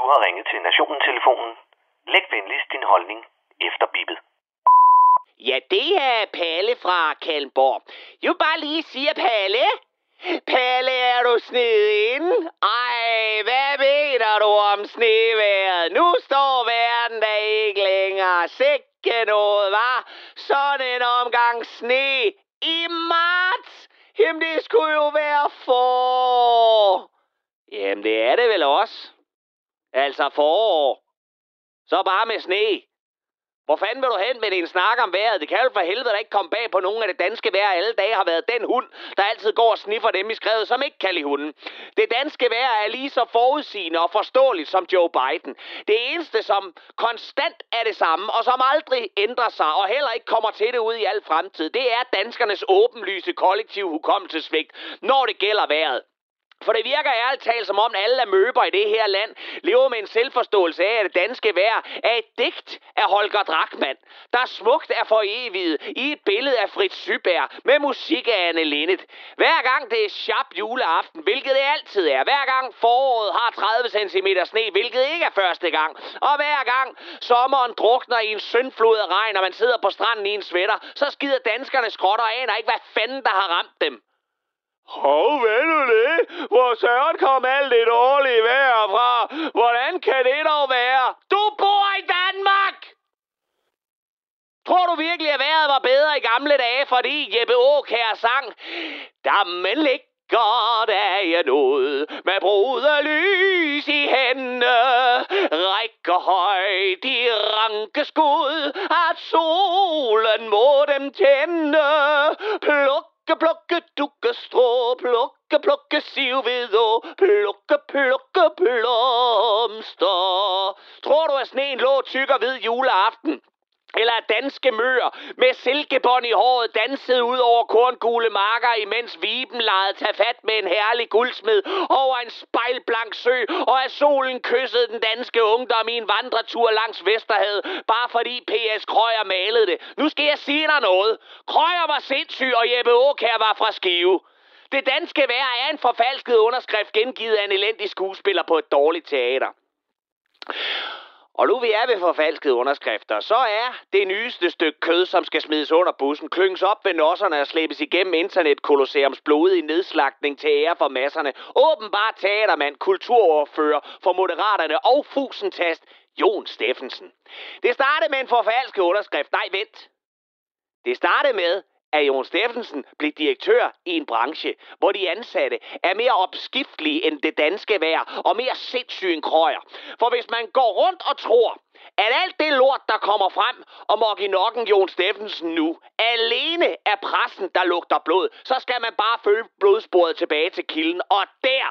har ringet til Nationen-telefonen. Læg venligst din holdning efter bippet. Ja, det er Palle fra Kalmborg. Jeg vil bare lige sige, Palle. Palle, er du sneden? Ej, hvad mener du om snevejret? Nu står verden der ikke længere. Sikke noget, var. Sådan en omgang sne i marts. Jamen, det skulle jo være forår. Jamen, det er det vel også. Altså forår. Så bare med sne. Hvor fanden vil du hen med din snak om vejret? Det kan jo for helvede ikke komme bag på nogen af det danske vejr. Alle dage har været den hund, der altid går og sniffer dem i skrevet, som ikke kan lide hunden. Det danske vejr er lige så forudsigende og forståeligt som Joe Biden. Det eneste, som konstant er det samme, og som aldrig ændrer sig, og heller ikke kommer til det ud i al fremtid, det er danskernes åbenlyse kollektiv hukommelsesvigt, når det gælder vejret. For det virker ærligt talt, som om alle amøber i det her land lever med en selvforståelse af, at det danske vejr er et digt af Holger Drachmann, der smukt er for evigt i et billede af Fritz Syberg med musik af Anne Linnet. Hver gang det er sharp juleaften, hvilket det altid er. Hver gang foråret har 30 cm sne, hvilket ikke er første gang. Og hver gang sommeren drukner i en syndflod af regn, og man sidder på stranden i en sweater, så skider danskerne skrotter og aner ikke, hvad fanden der har ramt dem. Hov, ved du det? Hvor søren kom alt det dårlige vejr fra? Hvordan kan det dog være? Du bor i Danmark! Tror du virkelig, at vejret var bedre i gamle dage, fordi Jeppe Aakjær sang? Der man ligger der jeg nåede, med brudet lys i hændene, rækker højt i ranke skud, at solen må dem tænde. Plukke, dukke, strå, plukke, sivved og plukke, blomster. Tror du, at sneen lå tyk og hvid juleaften? Eller at danske møer med silkebånd i håret dansede ud over korngule marker, imens viben legede tage fat med en herlig guldsmed over en spejlblank sø, og at solen kyssede den danske ungdom i en vandretur langs Vesterhavet, bare fordi P.S. Krøyer malede det. Nu skal jeg sige dig noget. Krøyer var sindssyg, og Jeppe Aakjær var fra Skive. Det danske vejr er en forfalsket underskrift gengivet af en elendig skuespiller på et dårligt teater. Og nu vi er ved forfalskede underskrifter, så er det nyeste stykke kød, som skal smides under bussen, klynges op ved nosserne og slæbes igennem internetkolosseums blodige nedslagtning til ære for masserne. Åbenbart teatermand, kulturordfører for Moderaterne og fusentast Jon Steffensen. Det startede med en forfalsket underskrift. Nej, vent. Det startede med, at Jon Steffensen blev direktør i en branche, hvor de ansatte er mere opskiftelige end det danske vejr og mere sindssyge end Krøyer. For hvis man går rundt og tror, at alt det lort, der kommer frem om Okinokken Jon Steffensen nu, alene er pressen, der lugter blod, så skal man bare følge blodsporet tilbage til kilden, og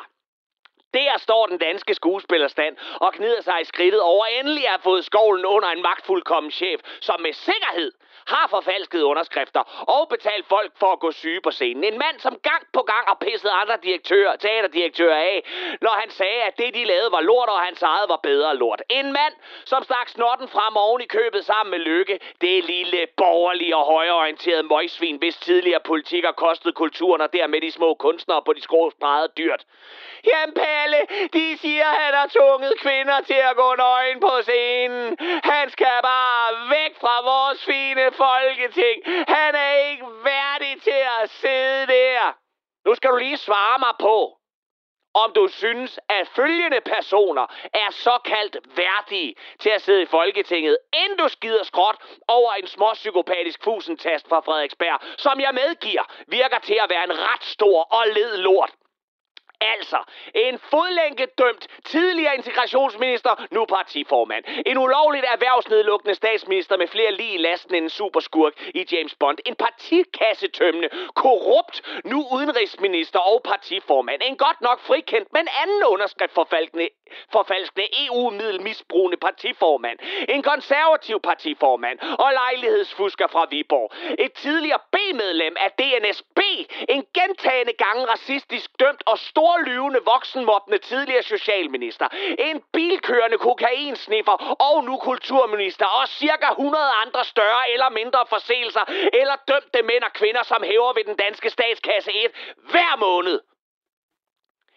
der står den danske skuespillerstand og gnider sig i skridtet over endelig at have fået skovlen under en magtfuldkommen chef, som med sikkerhed har forfalsket underskrifter og betalt folk for at gå syge på scenen. En mand, som gang på gang har pisset andre teaterdirektører af, når han sagde, at det de lavede var lort, og hans eget var bedre lort. En mand, som stak snotten frem oven i købet sammen med Lykke, det lille borgerlige og højreorienterede møgsvin, hvis tidligere politikker kostede kulturen og dermed de små kunstnere på de skrå stræder dyrt. Jamen Palle, de siger, at han har tvunget kvinder til at gå nøgen på scenen. Han skal bare væk fra vores fine folketing. Han er ikke værdig til at sidde der. Nu skal du lige svare mig på, om du synes, at følgende personer er såkaldt værdige til at sidde i Folketinget, inden du skider skråt over en småpsykopatisk fusentast fra Frederiksberg, som jeg medgiver virker til at være en ret stor og led lort. Altså, en fodlænkedømt tidligere integrationsminister, nu partiformand. En ulovligt erhvervsnedlukkende statsminister med flere lig i lasten end en superskurk i James Bond. En partikassetømmende, korrupt, nu udenrigsminister og partiformand. En godt nok frikendt, men anden underskrift forfalskende EU-middelmisbrugende partiformand. En konservativ partiformand og lejlighedsfusker fra Viborg. Et tidligere B-medlem af DNSB. En gentagende gange racistisk dømt og storlyvende voksenmobbende tidligere socialminister. En bilkørende kokainsniffer og nu kulturminister. Og cirka 100 andre større eller mindre forseelser eller dømte mænd og kvinder, som hæver ved den danske statskasse hver måned.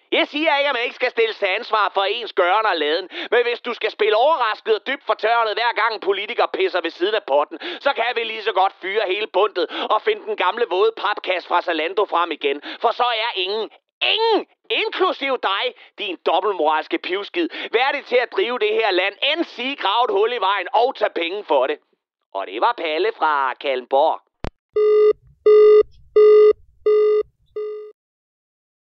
Jeg siger ikke, at man ikke skal stilles til ansvar for ens gøren og laden, men hvis du skal spille overrasket og dybt fortørnet hver gang en politiker pisser ved siden af potten, så kan vi lige så godt fyre hele bundet og finde den gamle våde papkasse fra Zalando frem igen, for så er ingen, inklusiv dig, din dobbeltmoralske pivskid, værdig til at drive det her land, end sige grave et hul i vejen og tage penge for det. Og det var Palle fra Kalmborg.